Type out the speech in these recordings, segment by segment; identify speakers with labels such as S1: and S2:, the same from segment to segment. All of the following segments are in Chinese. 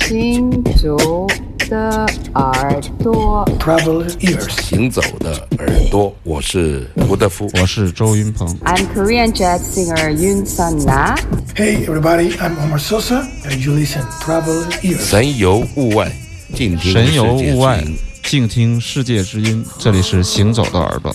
S1: 行走的耳朵
S2: Traveler's ears
S3: 行走的耳朵，我是吴德夫，
S4: 我是周云鹏。
S1: I'm Korean jazz singer Yoon Sun Na.
S2: Hey everybody, I'm Omar Sosa and you listen Traveler's ears
S3: 神游物外，静听
S4: 神游物外
S3: 世界之音，
S4: 静听世界之音。这里是行走的耳朵。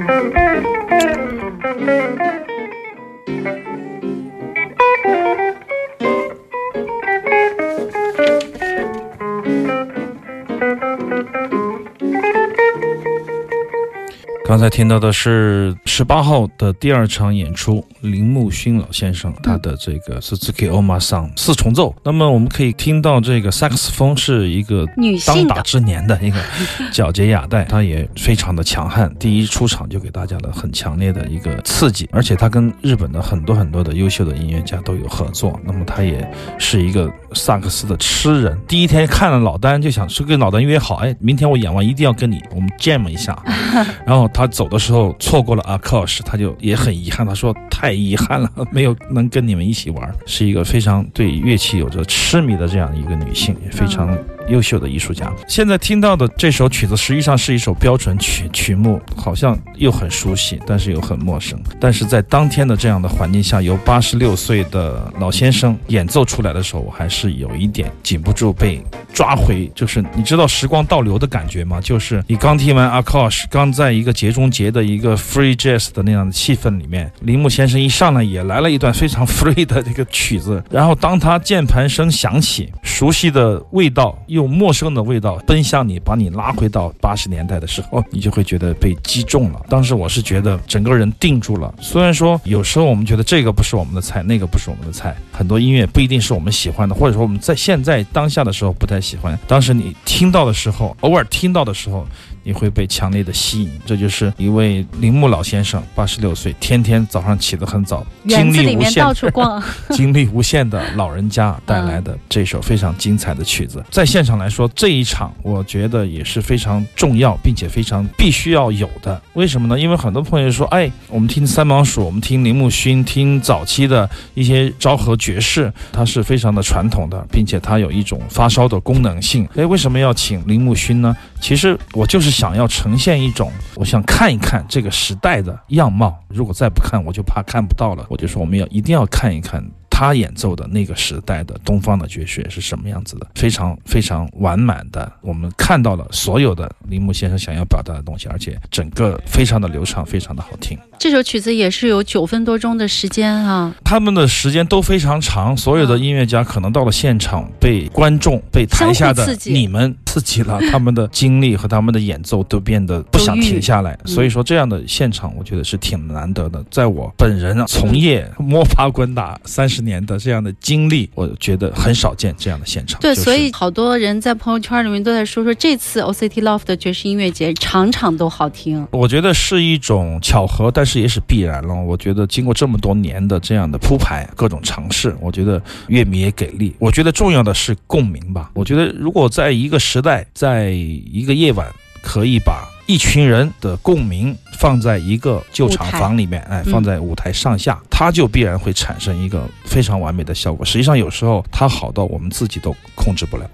S5: 刚才听到的是18号的第2场演出，铃木勋老先生他的这个 Suzuki Oma-san 4重奏。那么我们可以听到这个萨克斯风是一个当打之年的一个皎洁雅带，他也非常的强悍，第一出场就给大家了很强烈的一个刺激，而且他跟日本的很多的优秀的音乐家都有合作。那么他也是一个萨克斯的痴人，第一天看了老丹就想说跟老丹约好，明天我演完一定要跟你我们 jam 一下。然后他走的时候错过了阿克什，他就也很遗憾，他说太遗憾了，没有能跟你们一起玩。是一个非常对乐器有着痴迷的这样一个女性，也非常优秀的艺术家。现在听到的这首曲子实际上是一首标准曲目，好像又很熟悉，但是又很陌生。但是在当天的这样的环境下，由86岁的老先生演奏出来的时候，我还是有一点禁不住被抓回，就是你知道时光倒流的感觉吗？就是你刚听完阿克什，刚在一个节中节的一个 free jazz 的那样的气氛里面，铃木先生一上来也来了一段非常 free 的这个曲子，然后当他键盘声响起，熟悉的味道又陌生的味道奔向你，把你拉回到80年代的时候，你就会觉得被击中了。当时我是觉得整个人定住了。虽然说有时候我们觉得这个不是我们的菜，那个不是我们的菜，很多音乐不一定是我们喜欢的，或者说我们在现在当下的时候不太喜欢，当时你听到的时候，偶尔听到的时候，你会被强烈的吸引。这就是一位铃木老先生，86岁，天天早上起得很早，
S6: 园子里面到处逛
S5: 精力无限的老人家带来的这首非常精彩的曲子。在现场来说，这一场我觉得也是非常重要并且非常必须要有的。为什么呢？因为很多朋友说，我们听三毛鼠，我们听铃木勋，听早期的一些昭和爵士，它是非常的传统的，并且它有一种发烧的功能性。为什么要请铃木勋呢？其实我就是想要呈现一种，我想看一看这个时代的样貌，如果再不看我就怕看不到了。我就说我们一定要看一看他演奏的那个时代的东方的爵士是什么样子的，非常非常完满的，我们看到了所有的铃木先生想要表达的东西，而且整个非常的流畅，非常的好听。
S6: 这首曲子也是有9分多钟的时间啊，
S5: 他们的时间都非常长，所有的音乐家可能到了现场被观众被台下的你们刺激了，他们的精力和他们的演奏都变得不想停下来。所以说这样的现场我觉得是挺难得的，在我本人从业摸爬滚打30年的这样的经历，我觉得很少见这样的现场。
S6: 对，所以好多人在朋友圈里面都在说这次 OCT Love 的爵士音乐节场场都好听。
S5: 我觉得是一种巧合，但是也是必然了。我觉得经过这么多年的这样的铺排，各种尝试，我觉得乐迷也给力。我觉得重要的是共鸣吧。我觉得如果在一个时代，在一个夜晚，可以把一群人的共鸣放在一个旧厂房里面，放在舞台上下，它就必然会产生一个非常完美的效果。实际上有时候它好到我们自己都控制不了。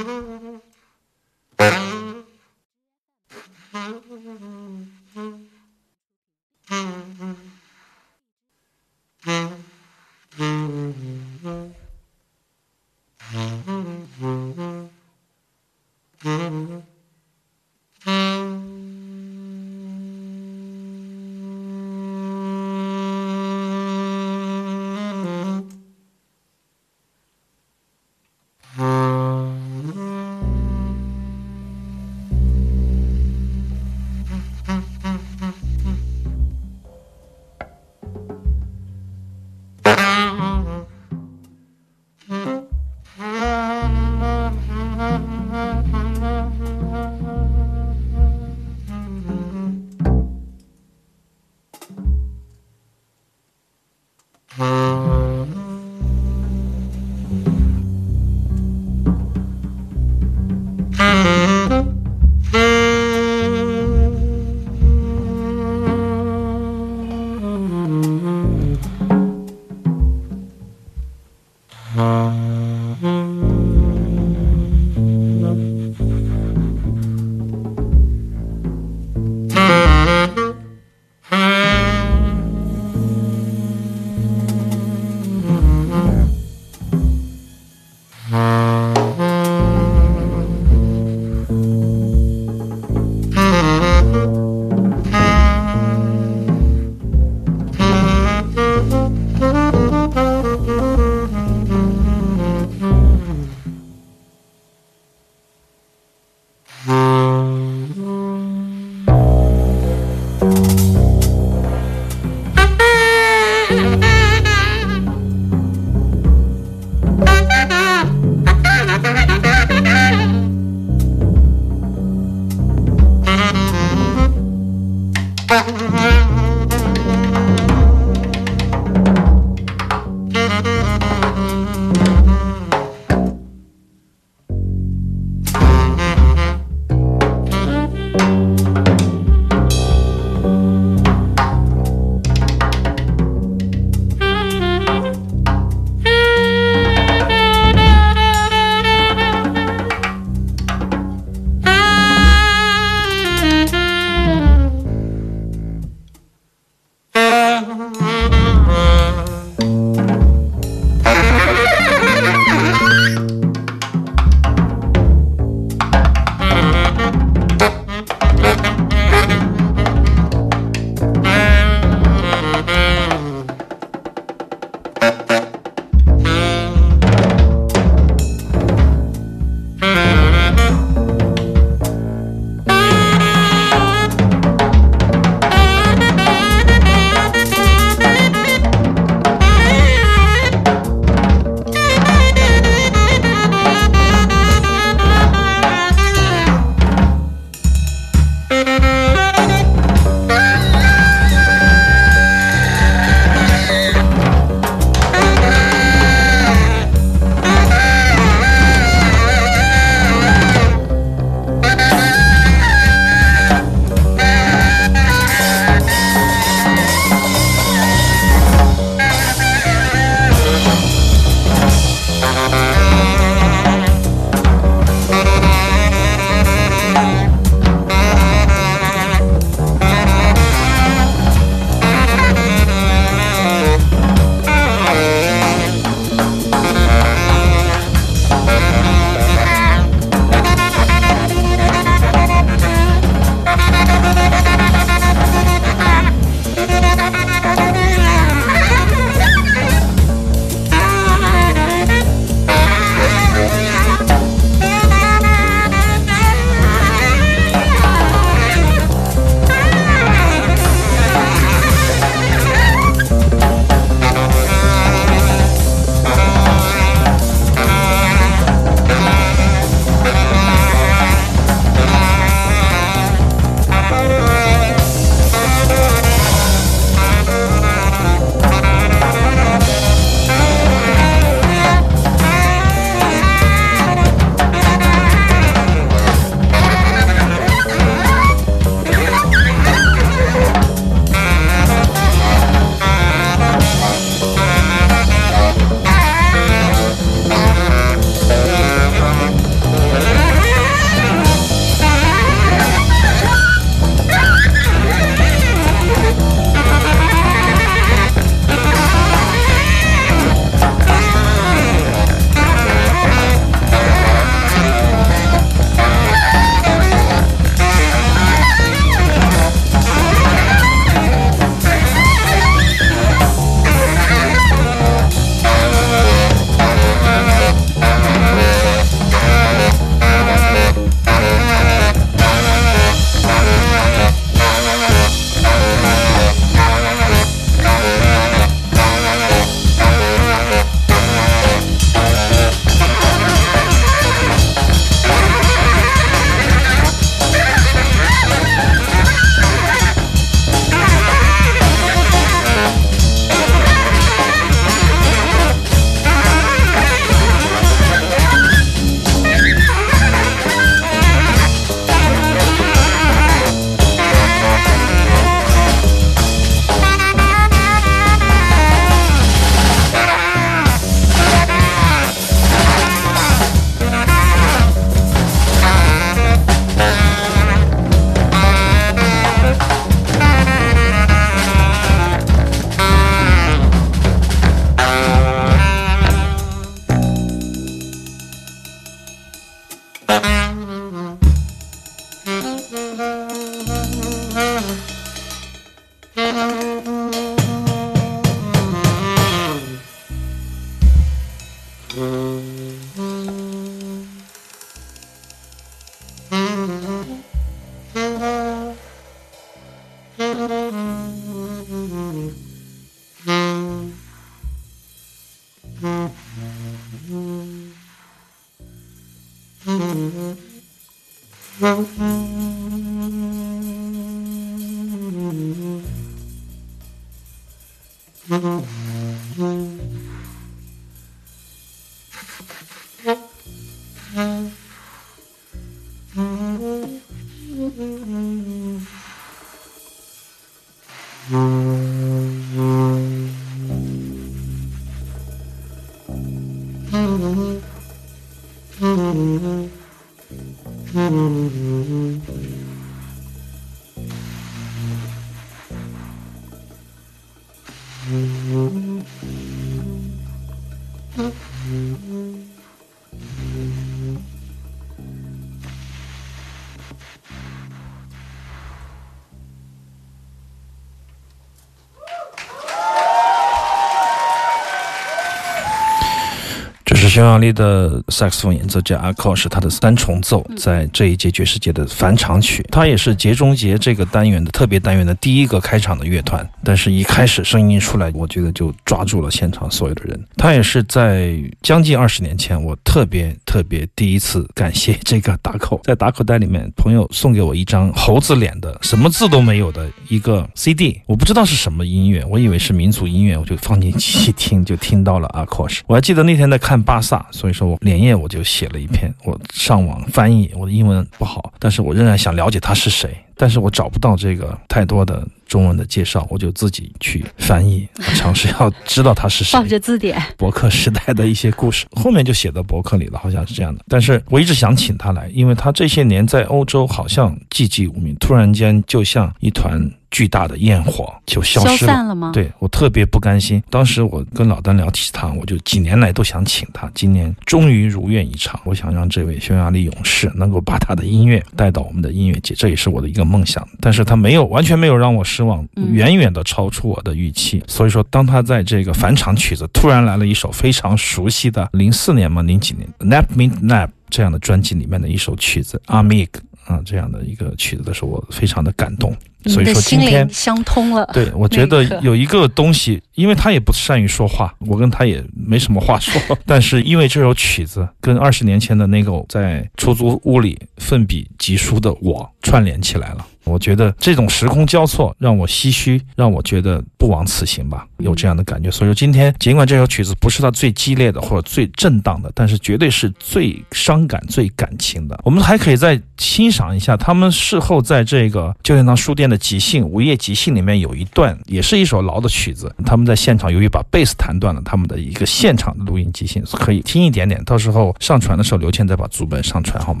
S5: 这是匈牙利的萨克斯风演奏家阿考是他的三重奏，在这一届爵士节的返场曲。他也是节中节这个单元的特别单元的第一个开场的乐团，但是一开始声音一出来，我觉得就抓住了现场所有的人。他也是在将近20年前，我特别第一次感谢这个打口，在打口袋里面，朋友送给我一张猴子脸的什么字都没有的一个 CD， 我不知道是什么音乐，我以为是民族音乐，我就放进去听，就听到了阿考什。我还记得那天在看巴萨，所以说我连夜我就写了一篇，我上网翻译，我的英文不好，但是我仍然想了解他是谁，但是我找不到这个太多的中文的介绍，我就自己去翻译，尝试要知道他是谁，
S6: 抱着字典，
S5: 伯克时代的一些故事，后面就写到伯克里了，好像是这样的。但是我一直想请他来，因为他这些年在欧洲好像寂寂无名，突然间就像一团巨大的焰火就消失了，
S6: 消散了吗？
S5: 对，我特别不甘心。当时我跟老丹聊起他，我就几年来都想请他，今年终于如愿以偿。我想让这位匈牙利勇士能够把他的音乐带到我们的音乐节，这也是我的一个梦想。但是他完全没有让我失望，远远的超出我的预期。所以说，当他在这个返场曲子突然来了一首非常熟悉的04年嘛，0几年 Nap Meet Nap 这样的专辑里面的一首曲子 Amig 这样的一个曲子的时候，我非常的感动。所以说今天
S6: 心灵相通了。
S5: 对，我觉得有一个东西，因为他也不善于说话，我跟他也没什么话说，但是因为这首曲子跟20年前的那个在出租屋里奋笔疾书的我串联起来了。我觉得这种时空交错让我唏嘘，让我觉得不枉此行吧，有这样的感觉。所以说今天尽管这首曲子不是他最激烈的或者最震荡的，但是绝对是最伤感最感情的。我们还可以再欣赏一下他们事后在这个旧天堂书店的即兴午夜即兴里面有一段也是一首老的曲子，他们在现场由于把贝斯弹断了，他们的一个现场的录音即兴可以听一点点，到时候上传的时候刘倩再把组本上传好吗？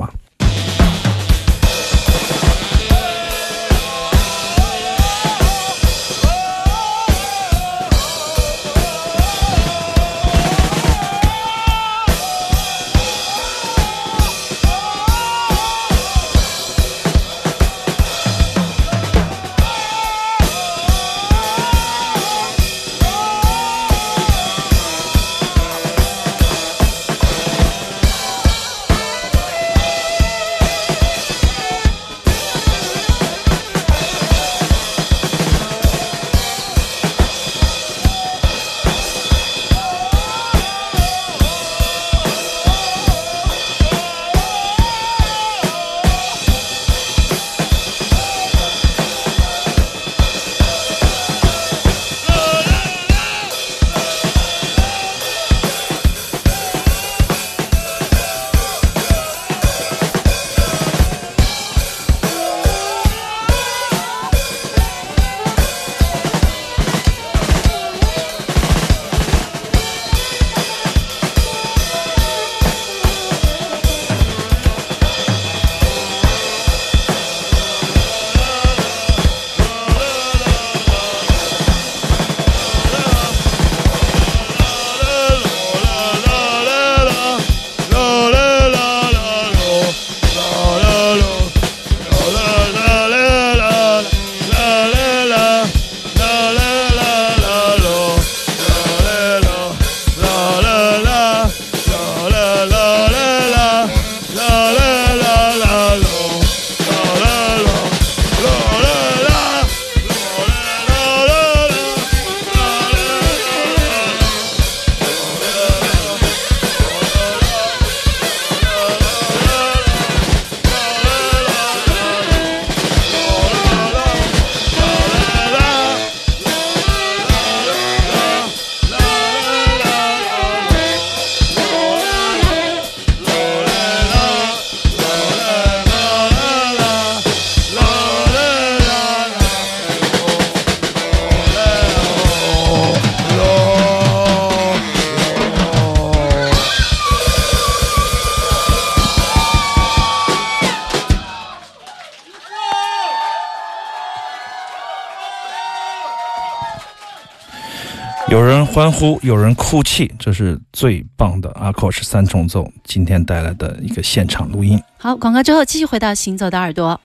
S5: 有人欢呼，有人哭泣，这是最棒的阿扣13重奏今天带来的一个现场录音。
S6: 好，广告之后继续回到行走的耳朵。